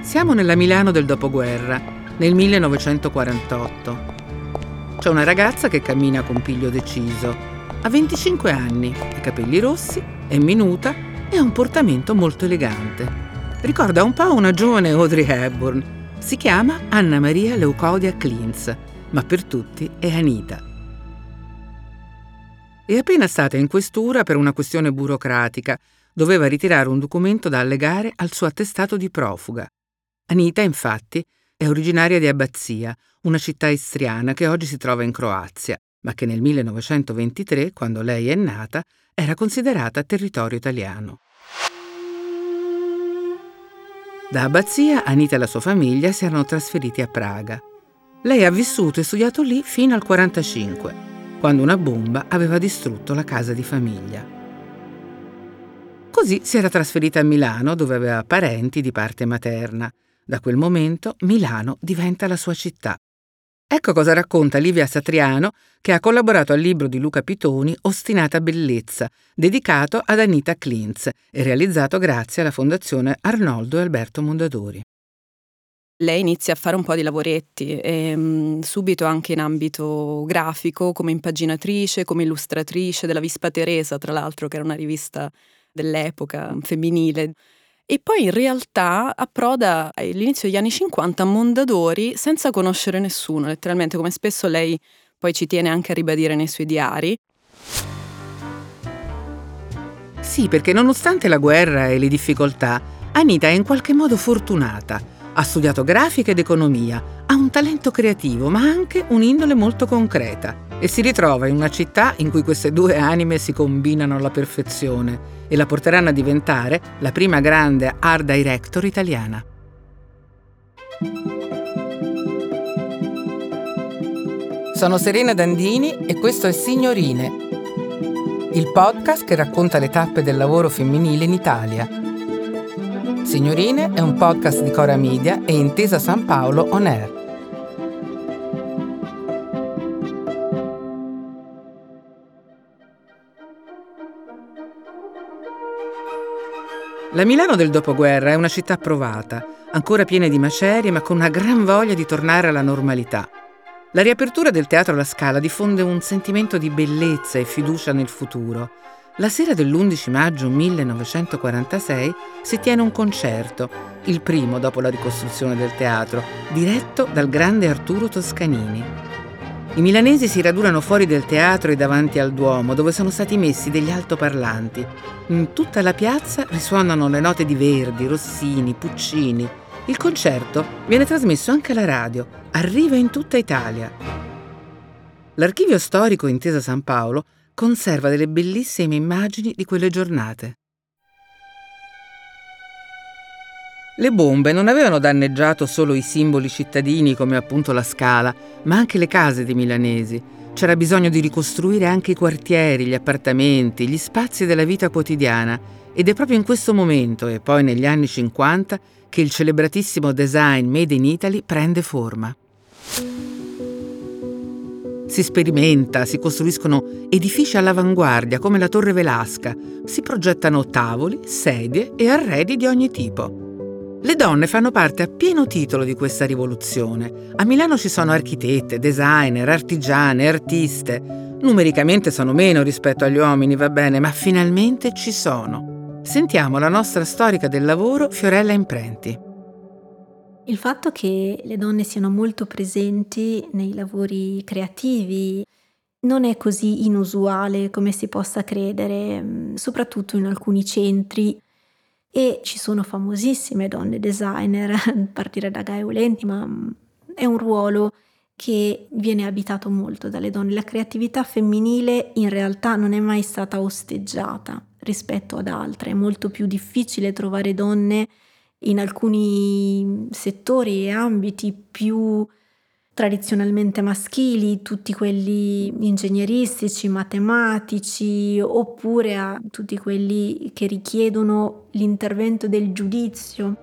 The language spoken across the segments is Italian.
Siamo nella Milano del dopoguerra, nel 1948. C'è una ragazza che cammina con piglio deciso. Ha 25 anni, i capelli rossi, è minuta e ha un portamento molto elegante. Ricorda un po' una giovane Audrey Hepburn. Si chiama Anna Maria Leucodia Klintz, ma per tutti è Anita. È appena stata in questura per una questione burocratica. Doveva ritirare un documento da allegare al suo attestato di profuga. Anita, infatti, è originaria di Abbazia, una città istriana che oggi si trova in Croazia, ma che nel 1923, quando lei è nata, era considerata territorio italiano. Da Abbazia, Anita e la sua famiglia si erano trasferiti a Praga. Lei ha vissuto e studiato lì fino al 1945, quando una bomba aveva distrutto la casa di famiglia. Così si era trasferita a Milano, dove aveva parenti di parte materna. Da quel momento Milano diventa la sua città. Ecco cosa racconta Livia Satriano, che ha collaborato al libro di Luca Pitoni Ostinata bellezza, dedicato ad Anita Klintz e realizzato grazie alla Fondazione Arnoldo e Alberto Mondadori. Lei inizia a fare un po' di lavoretti, subito anche in ambito grafico, come impaginatrice, come illustratrice della Vispa Teresa, tra l'altro, che era una rivista dell'epoca femminile. E poi in realtà approda all'inizio degli anni 50 a Mondadori senza conoscere nessuno, letteralmente, come spesso lei poi ci tiene anche a ribadire nei suoi diari. Sì, perché nonostante la guerra e le difficoltà, Anita è in qualche modo fortunata. Ha studiato grafica ed economia, ha un talento creativo, ma anche un'indole molto concreta e si ritrova in una città in cui queste due anime si combinano alla perfezione e la porteranno a diventare la prima grande art director italiana. Sono Serena Dandini e questo è Signorine, il podcast che racconta le tappe del lavoro femminile in Italia. Signorine è un podcast di Cora Media e Intesa San Paolo On Air. La Milano del dopoguerra è una città provata, ancora piena di macerie ma con una gran voglia di tornare alla normalità. La riapertura del Teatro alla Scala diffonde un sentimento di bellezza e fiducia nel futuro. La sera dell'11 maggio 1946 si tiene un concerto, il primo dopo la ricostruzione del teatro, diretto dal grande Arturo Toscanini. I milanesi si radunano fuori del teatro e davanti al Duomo, dove sono stati messi degli altoparlanti. In tutta la piazza risuonano le note di Verdi, Rossini, Puccini. Il concerto viene trasmesso anche alla radio, arriva in tutta Italia. L'archivio storico Intesa San Paolo conserva delle bellissime immagini di quelle giornate. Le bombe non avevano danneggiato solo i simboli cittadini come appunto la Scala, ma anche le case dei milanesi. C'era bisogno di ricostruire anche i quartieri, gli appartamenti, gli spazi della vita quotidiana ed è proprio in questo momento e poi negli anni 50 che il celebratissimo design Made in Italy prende forma. Si sperimenta, si costruiscono edifici all'avanguardia come la Torre Velasca, si progettano tavoli, sedie e arredi di ogni tipo. Le donne fanno parte a pieno titolo di questa rivoluzione. A Milano ci sono architette, designer, artigiane, artiste. Numericamente sono meno rispetto agli uomini, va bene, ma finalmente ci sono. Sentiamo la nostra storica del lavoro, Fiorella Imprenti. Il fatto che le donne siano molto presenti nei lavori creativi non è così inusuale come si possa credere, soprattutto in alcuni centri. E ci sono famosissime donne designer, a partire da Gaia Aulenti, ma è un ruolo che viene abitato molto dalle donne. La creatività femminile in realtà non è mai stata osteggiata rispetto ad altre. È molto più difficile trovare donne in alcuni settori e ambiti più tradizionalmente maschili, tutti quelli ingegneristici, matematici, oppure a tutti quelli che richiedono l'intervento del giudizio.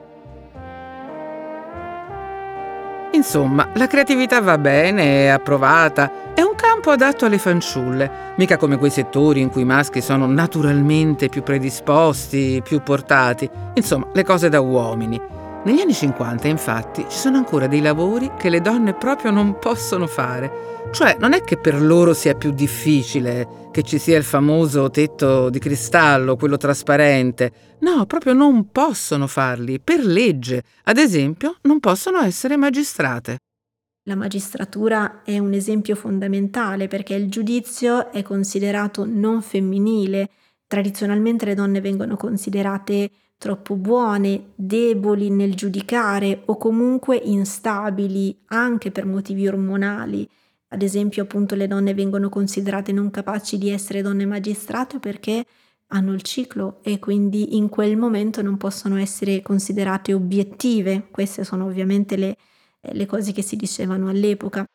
Insomma, la creatività va bene, è approvata, è un campo adatto alle fanciulle, mica come quei settori in cui i maschi sono naturalmente più predisposti, più portati, insomma, le cose da uomini. Negli anni 50, infatti, ci sono ancora dei lavori che le donne proprio non possono fare. Cioè, non è che per loro sia più difficile, che ci sia il famoso tetto di cristallo, quello trasparente. No, proprio non possono farli, per legge. Ad esempio, non possono essere magistrate. La magistratura è un esempio fondamentale perché il giudizio è considerato non femminile. Tradizionalmente le donne vengono considerate troppo buone, deboli nel giudicare o comunque instabili anche per motivi ormonali. Ad esempio, appunto, le donne vengono considerate non capaci di essere donne magistrate perché hanno il ciclo e quindi in quel momento non possono essere considerate obiettive. Queste sono ovviamente le cose che si dicevano all'epoca.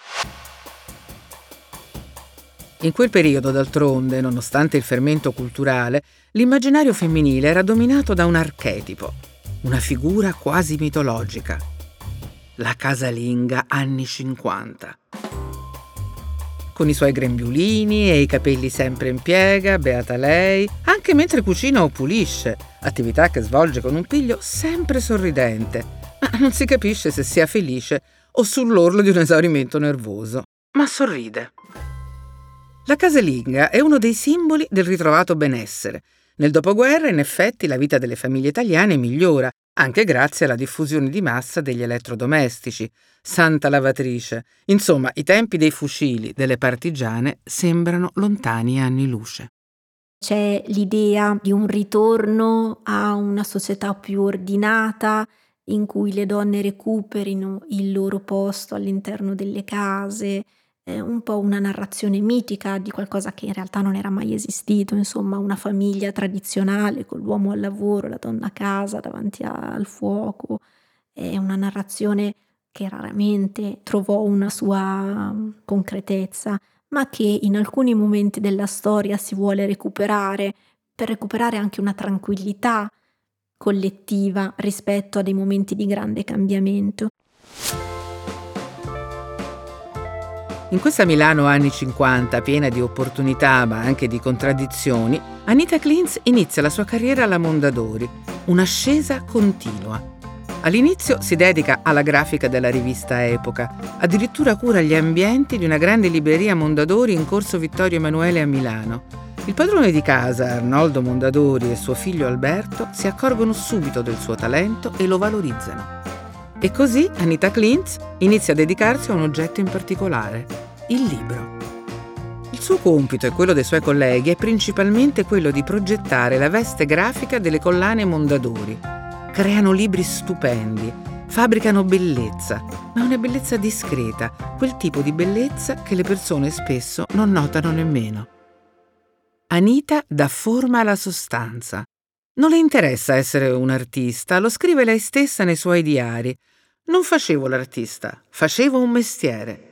In quel periodo, d'altronde, nonostante il fermento culturale, l'immaginario femminile era dominato da un archetipo, una figura quasi mitologica. La casalinga anni 50. Con i suoi grembiulini e i capelli sempre in piega, beata lei, anche mentre cucina o pulisce, attività che svolge con un piglio sempre sorridente, ma non si capisce se sia felice o sull'orlo di un esaurimento nervoso, ma sorride. La casalinga è uno dei simboli del ritrovato benessere. Nel dopoguerra, in effetti, la vita delle famiglie italiane migliora, anche grazie alla diffusione di massa degli elettrodomestici. Santa lavatrice. Insomma, i tempi dei fucili, delle partigiane, sembrano lontani anni luce. C'è l'idea di un ritorno a una società più ordinata, in cui le donne recuperino il loro posto all'interno delle case, un po' una narrazione mitica di qualcosa che in realtà non era mai esistito, insomma una famiglia tradizionale con l'uomo al lavoro, la donna a casa davanti al fuoco. È una narrazione che raramente trovò una sua concretezza, ma che in alcuni momenti della storia si vuole recuperare, per recuperare anche una tranquillità collettiva rispetto a dei momenti di grande cambiamento. In questa Milano anni 50, piena di opportunità ma anche di contraddizioni, Anita Klintz inizia la sua carriera alla Mondadori, un'ascesa continua. All'inizio si dedica alla grafica della rivista Epoca, addirittura cura gli ambienti di una grande libreria Mondadori in corso Vittorio Emanuele a Milano. Il padrone di casa, Arnoldo Mondadori, e suo figlio Alberto si accorgono subito del suo talento e lo valorizzano. E così Anita Klintz inizia a dedicarsi a un oggetto in particolare, il libro. Il suo compito e quello dei suoi colleghi è principalmente quello di progettare la veste grafica delle collane Mondadori. Creano libri stupendi, fabbricano bellezza, ma una bellezza discreta, quel tipo di bellezza che le persone spesso non notano nemmeno. Anita dà forma alla sostanza. Non le interessa essere un'artista, lo scrive lei stessa nei suoi diari. Non facevo l'artista, facevo un mestiere.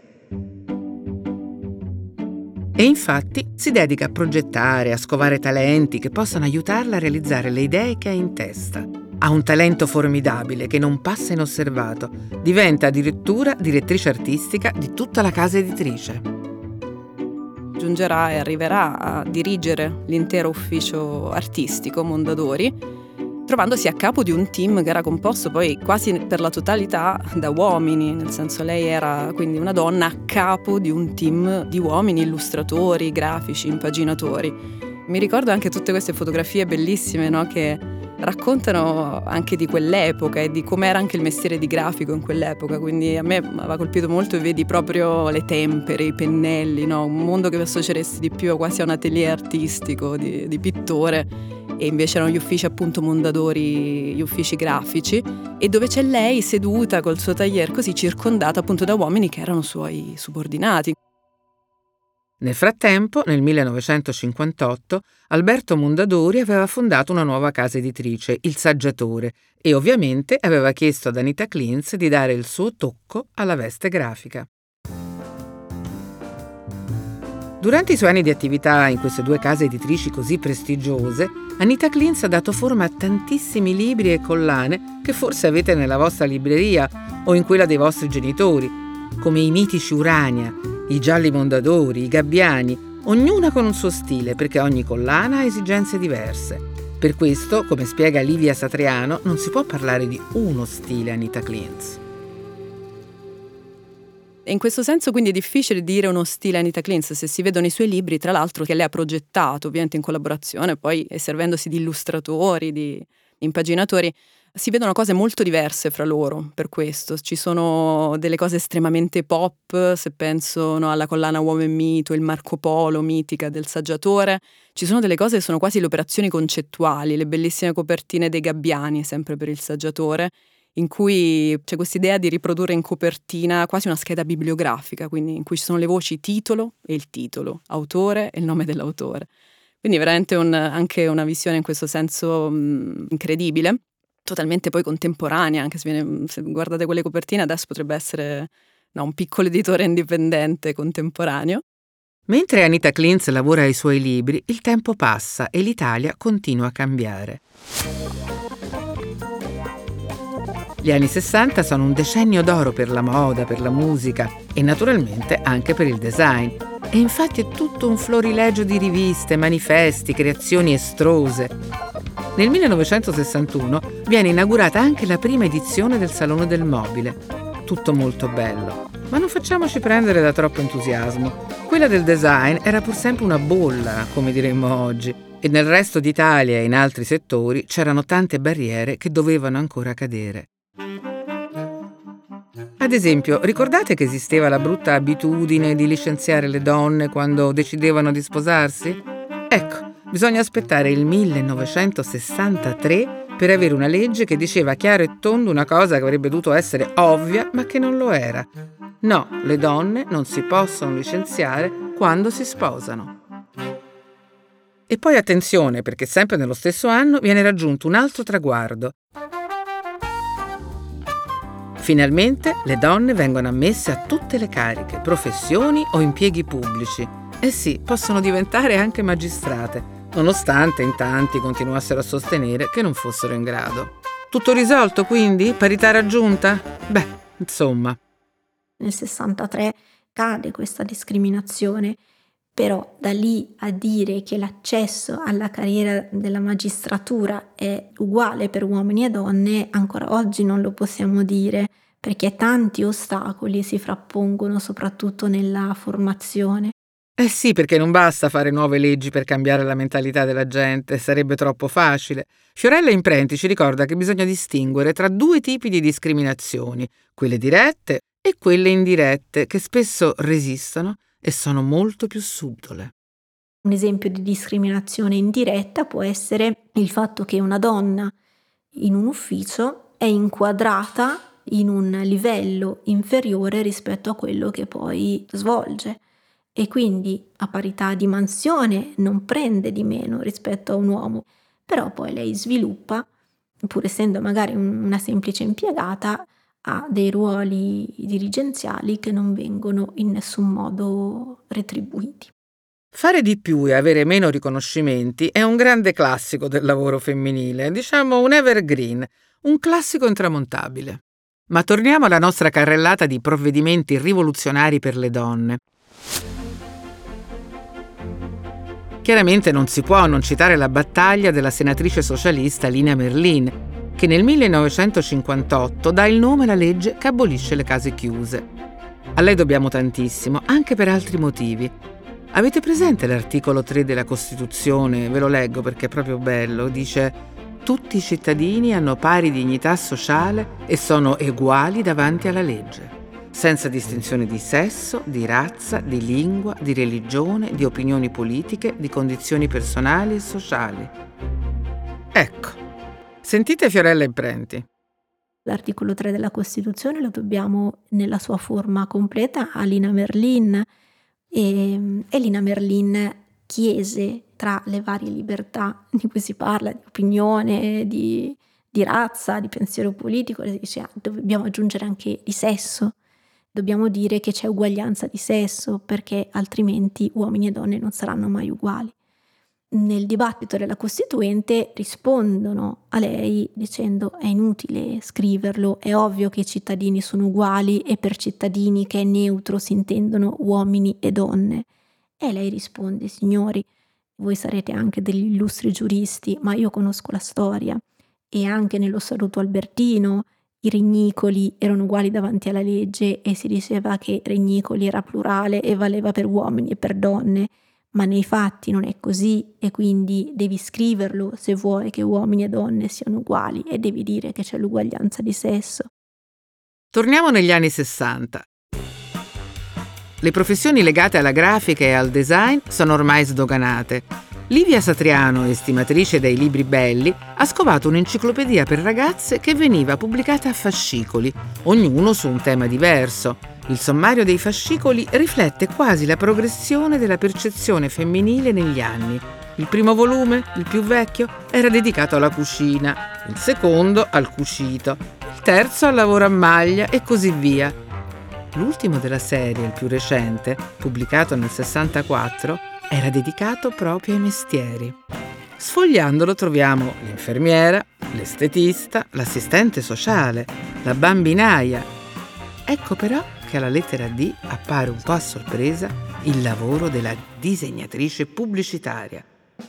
E infatti si dedica a progettare, a scovare talenti che possano aiutarla a realizzare le idee che ha in testa. Ha un talento formidabile che non passa inosservato. Diventa addirittura direttrice artistica di tutta la casa editrice. Giungerà e arriverà a dirigere l'intero ufficio artistico Mondadori, trovandosi a capo di un team che era composto poi quasi per la totalità da uomini, nel senso lei era quindi una donna a capo di un team di uomini, illustratori, grafici, impaginatori. Mi ricordo anche tutte queste fotografie bellissime, no, che raccontano anche di quell'epoca e di com'era anche il mestiere di grafico in quell'epoca, quindi a me aveva colpito molto e vedi proprio le tempere, i pennelli, no? Un mondo che associeresti di più quasi a un atelier artistico di pittore, e invece erano gli uffici appunto Mondadori, gli uffici grafici, e dove c'è lei seduta col suo taglier così circondata appunto da uomini che erano suoi subordinati. Nel frattempo, nel 1958, Alberto Mondadori aveva fondato una nuova casa editrice, Il Saggiatore, e ovviamente aveva chiesto ad Anita Klintz di dare il suo tocco alla veste grafica. Durante i suoi anni di attività in queste due case editrici così prestigiose, Anita Klintz ha dato forma a tantissimi libri e collane che forse avete nella vostra libreria o in quella dei vostri genitori, come i mitici Urania, i gialli Mondadori, i gabbiani, ognuna con un suo stile perché ogni collana ha esigenze diverse. Per questo, come spiega Livia Satriano, non si può parlare di uno stile Anita Klintz. E in questo senso quindi è difficile dire uno stile Anita Klintz se si vedono i suoi libri, tra l'altro, che lei ha progettato ovviamente in collaborazione, poi servendosi di illustratori, di impaginatori. Si vedono cose molto diverse fra loro, per questo. Ci sono delle cose estremamente pop, se penso alla collana Uomo e Mito, il Marco Polo mitica del saggiatore. Ci sono delle cose che sono quasi le operazioni concettuali, le bellissime copertine dei Gabbiani, sempre per il saggiatore, in cui c'è quest'idea di riprodurre in copertina quasi una scheda bibliografica, quindi in cui ci sono le voci titolo e il titolo, autore e il nome dell'autore. Quindi veramente anche una visione in questo senso incredibile. Totalmente poi contemporanea, anche se guardate quelle copertine adesso potrebbe essere un piccolo editore indipendente contemporaneo. Mentre Anita Klintz lavora ai suoi libri, il tempo passa e l'Italia continua a cambiare. Gli anni 60 sono un decennio d'oro per la moda, per la musica e naturalmente anche per il design. E infatti è tutto un florilegio di riviste, manifesti, creazioni estrose. Nel 1961 viene inaugurata anche la prima edizione del Salone del Mobile. Tutto molto bello, ma non facciamoci prendere da troppo entusiasmo. Quella del design era pur sempre una bolla, come diremmo oggi, e nel resto d'Italia e in altri settori c'erano tante barriere che dovevano ancora cadere. Ad esempio, ricordate che esisteva la brutta abitudine di licenziare le donne quando decidevano di sposarsi? Ecco, bisogna aspettare il 1963 per avere una legge che diceva chiaro e tondo una cosa che avrebbe dovuto essere ovvia, ma che non lo era. No, le donne non si possono licenziare quando si sposano. E poi attenzione, perché sempre nello stesso anno viene raggiunto un altro traguardo. Finalmente le donne vengono ammesse a tutte le cariche, professioni o impieghi pubblici. Eh sì, possono diventare anche magistrate, nonostante in tanti continuassero a sostenere che non fossero in grado. Tutto risolto quindi? Parità raggiunta? Beh, insomma. Nel 63 cade questa discriminazione, però da lì a dire che l'accesso alla carriera della magistratura è uguale per uomini e donne, ancora oggi non lo possiamo dire, perché tanti ostacoli si frappongono soprattutto nella formazione. Eh sì, perché non basta fare nuove leggi per cambiare la mentalità della gente, sarebbe troppo facile. Fiorella Imprenti ci ricorda che bisogna distinguere tra due tipi di discriminazioni, quelle dirette e quelle indirette, che spesso resistono e sono molto più subdole. Un esempio di discriminazione indiretta può essere il fatto che una donna in un ufficio è inquadrata in un livello inferiore rispetto a quello che poi svolge e quindi a parità di mansione non prende di meno rispetto a un uomo, però poi lei sviluppa, pur essendo magari una semplice impiegata, ha dei ruoli dirigenziali che non vengono in nessun modo retribuiti. Fare di più e avere meno riconoscimenti è un grande classico del lavoro femminile, diciamo un evergreen, un classico intramontabile. Ma torniamo alla nostra carrellata di provvedimenti rivoluzionari per le donne. Chiaramente non si può non citare la battaglia della senatrice socialista Lina Merlin, che nel 1958 dà il nome alla legge che abolisce le case chiuse. A lei dobbiamo tantissimo, anche per altri motivi. Avete presente l'articolo 3 della Costituzione? Ve lo leggo perché è proprio bello. Dice: tutti i cittadini hanno pari dignità sociale e sono eguali davanti alla legge, senza distinzione di sesso, di razza, di lingua, di religione, di opinioni politiche, di condizioni personali e sociali. Ecco. Sentite Fiorella Imprenti. L'articolo 3 della Costituzione lo dobbiamo nella sua forma completa a Lina Merlin e Lina Merlin chiese tra le varie libertà di cui si parla, di opinione, di razza, di pensiero politico, dice, dobbiamo aggiungere anche di sesso, dobbiamo dire che c'è uguaglianza di sesso perché altrimenti uomini e donne non saranno mai uguali. Nel dibattito della Costituente rispondono a lei dicendo è inutile scriverlo, è ovvio che i cittadini sono uguali e per cittadini che è neutro si intendono uomini e donne. E lei risponde, signori, Voi sarete anche degli illustri giuristi, ma io conosco la storia. E anche nello Statuto Albertino i regnicoli erano uguali davanti alla legge e si diceva che regnicoli era plurale e valeva per uomini e per donne, ma nei fatti non è così e quindi devi scriverlo se vuoi che uomini e donne siano uguali e devi dire che c'è l'uguaglianza di sesso. Torniamo negli anni 60. Le professioni legate alla grafica e al design sono ormai sdoganate. Livia Satriano, estimatrice dei libri belli, ha scovato un'enciclopedia per ragazze che veniva pubblicata a fascicoli, ognuno su un tema diverso. Il sommario dei fascicoli riflette quasi la progressione della percezione femminile negli anni. Il primo volume, il più vecchio, era dedicato alla cucina, il secondo al cucito, il terzo al lavoro a maglia e così via. L'ultimo della serie, il più recente, pubblicato nel 64, era dedicato proprio ai mestieri. Sfogliandolo troviamo l'infermiera, l'estetista, l'assistente sociale, la bambinaia. Ecco però che alla lettera D appare un po' a sorpresa il lavoro della disegnatrice pubblicitaria.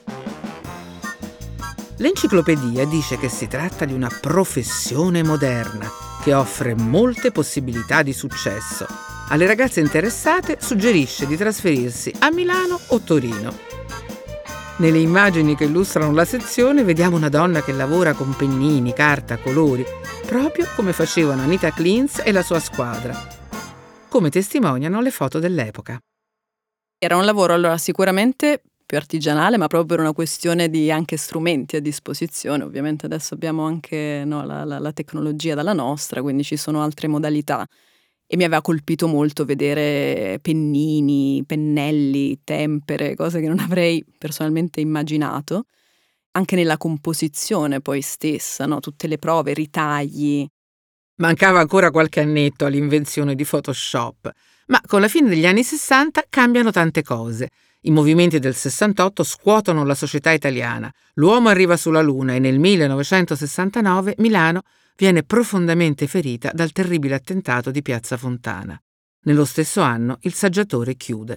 L'enciclopedia dice che si tratta di una professione moderna che offre molte possibilità di successo. Alle ragazze interessate suggerisce di trasferirsi a Milano o Torino. Nelle immagini che illustrano la sezione vediamo una donna che lavora con pennini, carta, colori, proprio come facevano Anita Klintz e la sua squadra, come testimoniano le foto dell'epoca. Era un lavoro allora sicuramente più artigianale, ma proprio per una questione di anche strumenti a disposizione. Ovviamente adesso abbiamo anche la tecnologia dalla nostra, quindi ci sono altre modalità. E mi aveva colpito molto vedere pennini, pennelli, tempere, cose che non avrei personalmente immaginato. Anche nella composizione poi stessa, no? Tutte le prove, ritagli. Mancava ancora qualche annetto all'invenzione di Photoshop, ma con la fine degli anni 60 cambiano tante cose. I movimenti del 68 scuotono la società italiana. L'uomo arriva sulla Luna e nel 1969 Milano viene profondamente ferita dal terribile attentato di Piazza Fontana. Nello stesso anno il Saggiatore chiude.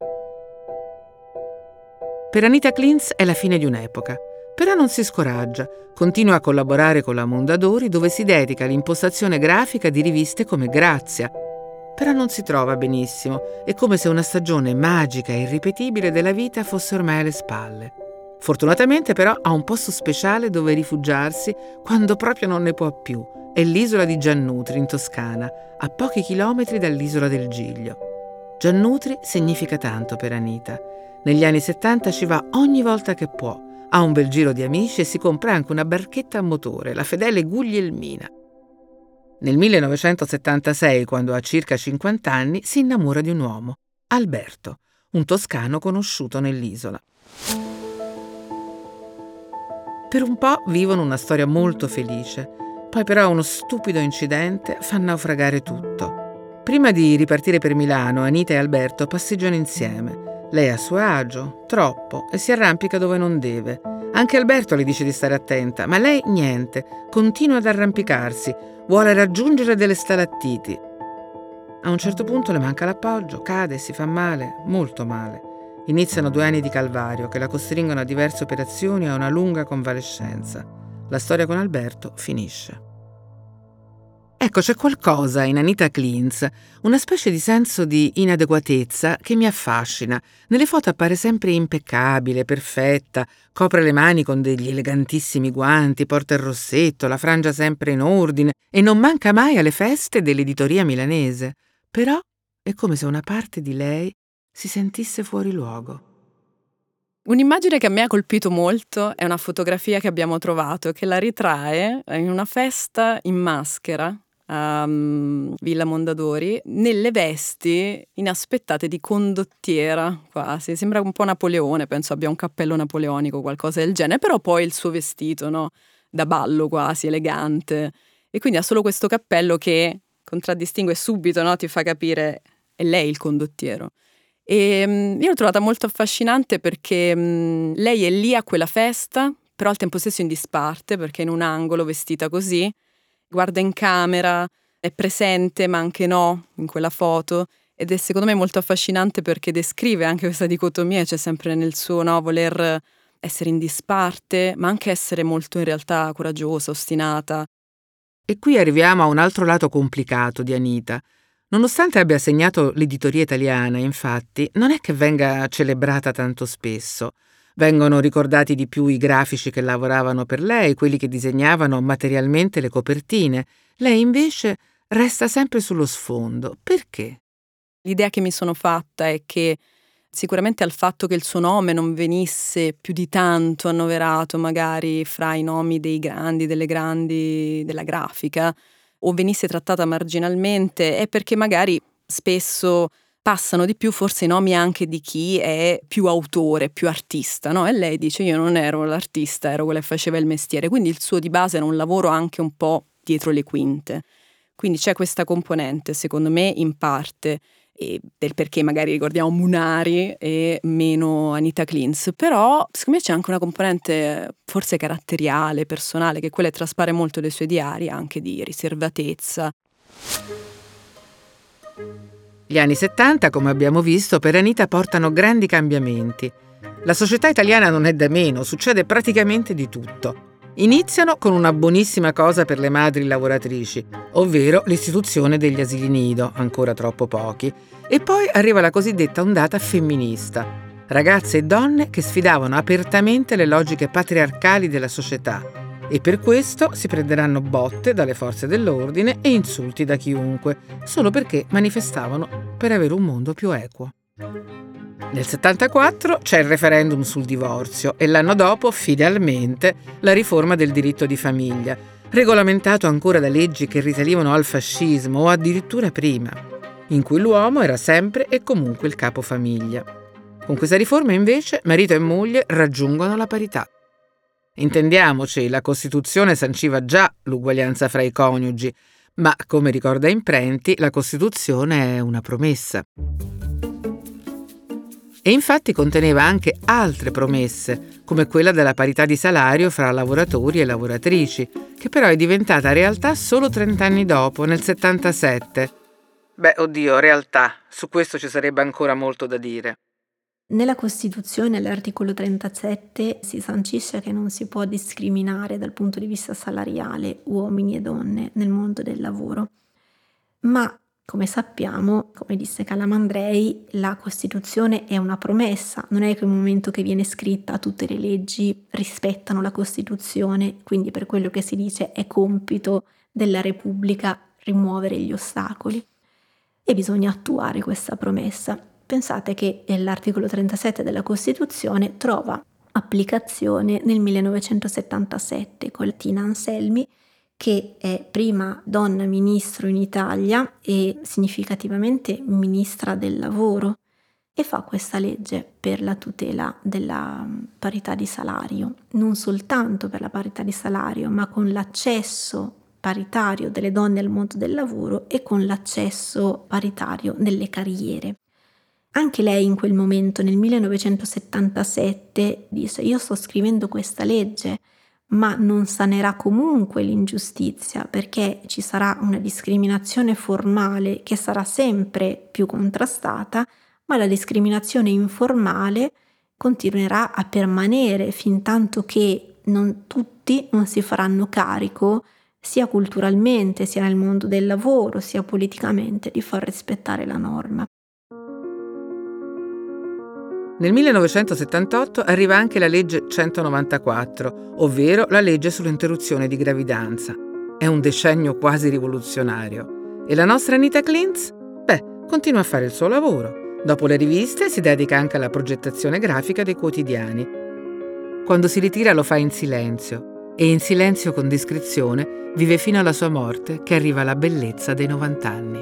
Per Anita Klintz è la fine di un'epoca, però non si scoraggia. Continua a collaborare con la Mondadori, dove si dedica all'impostazione grafica di riviste come Grazia. Però non si trova benissimo, è come se una stagione magica e irripetibile della vita fosse ormai alle spalle. Fortunatamente però ha un posto speciale dove rifugiarsi quando proprio non ne può più. È l'isola di Giannutri in Toscana, a pochi chilometri dall'isola del Giglio. Giannutri significa tanto per Anita. Negli anni 70 ci va ogni volta che può. Ha un bel giro di amici e si compra anche una barchetta a motore, la fedele Guglielmina. Nel 1976, quando ha circa 50 anni, si innamora di un uomo, Alberto, un toscano conosciuto nell'isola. Per un po' vivono una storia molto felice, poi però uno stupido incidente fa naufragare tutto. Prima di ripartire per Milano, Anita e Alberto passeggiano insieme. Lei a suo agio, troppo, e si arrampica dove non deve. Anche Alberto le dice di stare attenta, ma lei niente, continua ad arrampicarsi, vuole raggiungere delle stalattiti. A un certo punto le manca l'appoggio, cade, si fa male, molto male. Iniziano 2 anni di calvario che la costringono a diverse operazioni e a una lunga convalescenza. La storia con Alberto finisce. Ecco, c'è qualcosa in Anita Klintz, una specie di senso di inadeguatezza che mi affascina. Nelle foto appare sempre impeccabile, perfetta, copre le mani con degli elegantissimi guanti, porta il rossetto, la frangia sempre in ordine e non manca mai alle feste dell'editoria milanese. Però è come se una parte di lei si sentisse fuori luogo. Un'immagine che a me ha colpito molto è una fotografia che abbiamo trovato che la ritrae in una festa in maschera a Villa Mondadori, nelle vesti inaspettate di condottiera quasi. Sembra un po' Napoleone, penso abbia un cappello napoleonico, qualcosa del genere, però poi il suo vestito, no? Da ballo quasi, elegante. E quindi ha solo questo cappello che contraddistingue subito, no? Ti fa capire è lei il condottiero. E io l'ho trovata molto affascinante perché lei è lì a quella festa, però al tempo stesso in disparte, perché è in un angolo vestita così, guarda in camera, è presente ma anche no in quella foto, ed è secondo me molto affascinante perché descrive anche questa dicotomia, c'è sempre nel suo voler essere in disparte, ma anche essere molto in realtà coraggiosa, ostinata. E qui arriviamo a un altro lato complicato di Anita. Nonostante abbia segnato l'editoria italiana, infatti, non è che venga celebrata tanto spesso. Vengono ricordati di più i grafici che lavoravano per lei, quelli che disegnavano materialmente le copertine. Lei invece resta sempre sullo sfondo. Perché? L'idea che mi sono fatta è che sicuramente al fatto che il suo nome non venisse più di tanto annoverato magari fra i nomi dei grandi, delle grandi della grafica, o venisse trattata marginalmente, è perché magari spesso passano di più forse i nomi anche di chi è più autore, più artista, no? E lei dice: io non ero l'artista, ero quella che faceva il mestiere, quindi il suo di base era un lavoro anche un po' dietro le quinte. Quindi c'è questa componente, secondo me, in parte, del perché magari ricordiamo Munari e meno Anita Klintz, però secondo me c'è anche una componente forse caratteriale, personale, che quella traspare molto dai suoi diari, anche di riservatezza. Gli anni 70, come abbiamo visto, per Anita portano grandi cambiamenti. La società italiana non è da meno, succede praticamente di tutto. Iniziano con una buonissima cosa per le madri lavoratrici, ovvero l'istituzione degli asili nido, ancora troppo pochi, e poi arriva la cosiddetta ondata femminista, ragazze e donne che sfidavano apertamente le logiche patriarcali della società e per questo si prenderanno botte dalle forze dell'ordine e insulti da chiunque, solo perché manifestavano per avere un mondo più equo. Nel 74 c'è il referendum sul divorzio e l'anno dopo, finalmente, la riforma del diritto di famiglia, regolamentato ancora da leggi che risalivano al fascismo o addirittura prima, in cui l'uomo era sempre e comunque il capofamiglia. Con questa riforma, invece, marito e moglie raggiungono la parità. Intendiamoci, la Costituzione sanciva già l'uguaglianza fra i coniugi, ma, come ricorda Imprenti, la Costituzione è una promessa. E infatti conteneva anche altre promesse, come quella della parità di salario fra lavoratori e lavoratrici, che però è diventata realtà solo 30 anni dopo, nel 77. Beh, oddio, realtà, su questo ci sarebbe ancora molto da dire. Nella Costituzione, all'articolo 37, si sancisce che non si può discriminare dal punto di vista salariale uomini e donne nel mondo del lavoro. Ma, come sappiamo, come disse Calamandrei, la Costituzione è una promessa, non è che il momento che viene scritta tutte le leggi rispettano la Costituzione, quindi per quello che si dice è compito della Repubblica rimuovere gli ostacoli. E bisogna attuare questa promessa. Pensate che l'articolo 37 della Costituzione trova applicazione nel 1977 con Tina Anselmi, che è prima donna ministro in Italia e significativamente ministra del lavoro, e fa questa legge per la tutela della parità di salario, non soltanto per la parità di salario, ma con l'accesso paritario delle donne al mondo del lavoro e con l'accesso paritario nelle carriere. Anche lei in quel momento, nel 1977, disse: io sto scrivendo questa legge, ma non sanerà comunque l'ingiustizia, perché ci sarà una discriminazione formale che sarà sempre più contrastata, ma la discriminazione informale continuerà a permanere fintanto che non tutti non si faranno carico, sia culturalmente, sia nel mondo del lavoro, sia politicamente, di far rispettare la norma. Nel 1978 arriva anche la legge 194, ovvero la legge sull'interruzione di gravidanza. È un decennio quasi rivoluzionario. E la nostra Anita Klintz? Continua a fare il suo lavoro. Dopo le riviste si dedica anche alla progettazione grafica dei quotidiani. Quando si ritira lo fa in silenzio, e in silenzio con discrezione vive fino alla sua morte, che arriva alla bellezza dei 90 anni.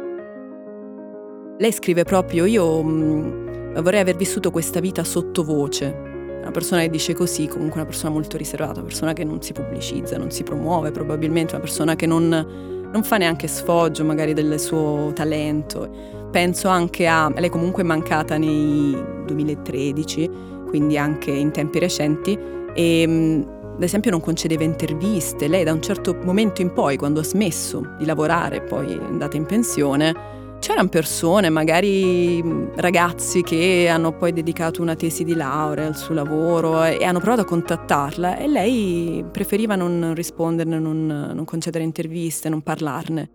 Lei scrive proprio: io vorrei aver vissuto questa vita sottovoce. Una persona che dice così, comunque una persona molto riservata, una persona che non si pubblicizza, non si promuove probabilmente, una persona che non fa neanche sfoggio magari del suo talento. Penso anche lei comunque è mancata nel 2013, quindi anche in tempi recenti, e ad esempio non concedeva interviste. Lei da un certo momento in poi, quando ha smesso di lavorare, poi è andata in pensione, C'erano persone, magari ragazzi che hanno poi dedicato una tesi di laurea al suo lavoro e hanno provato a contattarla e lei preferiva non risponderne, non concedere interviste, non parlarne.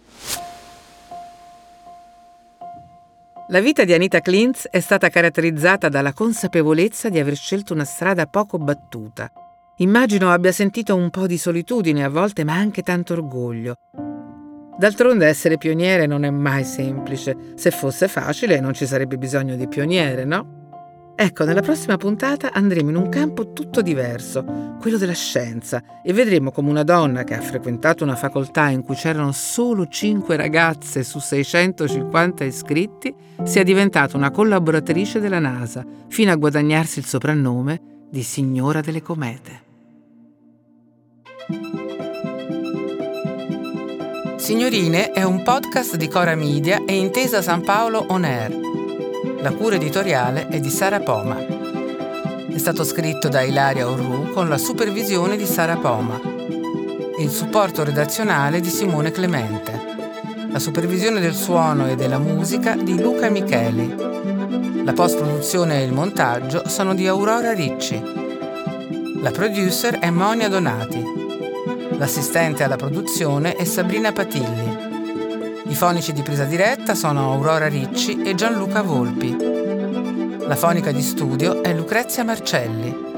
La vita di Anita Klintz è stata caratterizzata dalla consapevolezza di aver scelto una strada poco battuta. Immagino abbia sentito un po' di solitudine a volte, ma anche tanto orgoglio. D'altronde essere pioniere non è mai semplice. Se fosse facile non ci sarebbe bisogno di pioniere, no? Ecco, nella prossima puntata andremo in un campo tutto diverso, quello della scienza, e vedremo come una donna che ha frequentato una facoltà in cui c'erano solo 5 ragazze su 650 iscritti sia diventata una collaboratrice della NASA, fino a guadagnarsi il soprannome di Signora delle Comete. Signorine è un podcast di Cora Media e Intesa San Paolo On Air. La cura editoriale è di Sara Poma. È stato scritto da Ilaria Orru con la supervisione di Sara Poma e il supporto redazionale di Simone Clemente. La supervisione del suono e della musica di Luca Micheli. La post-produzione e il montaggio sono di Aurora Ricci. La producer è Monia Donati. L'assistente alla produzione è Sabrina Patilli. I fonici di presa diretta sono Aurora Ricci e Gianluca Volpi. La fonica di studio è Lucrezia Marcelli.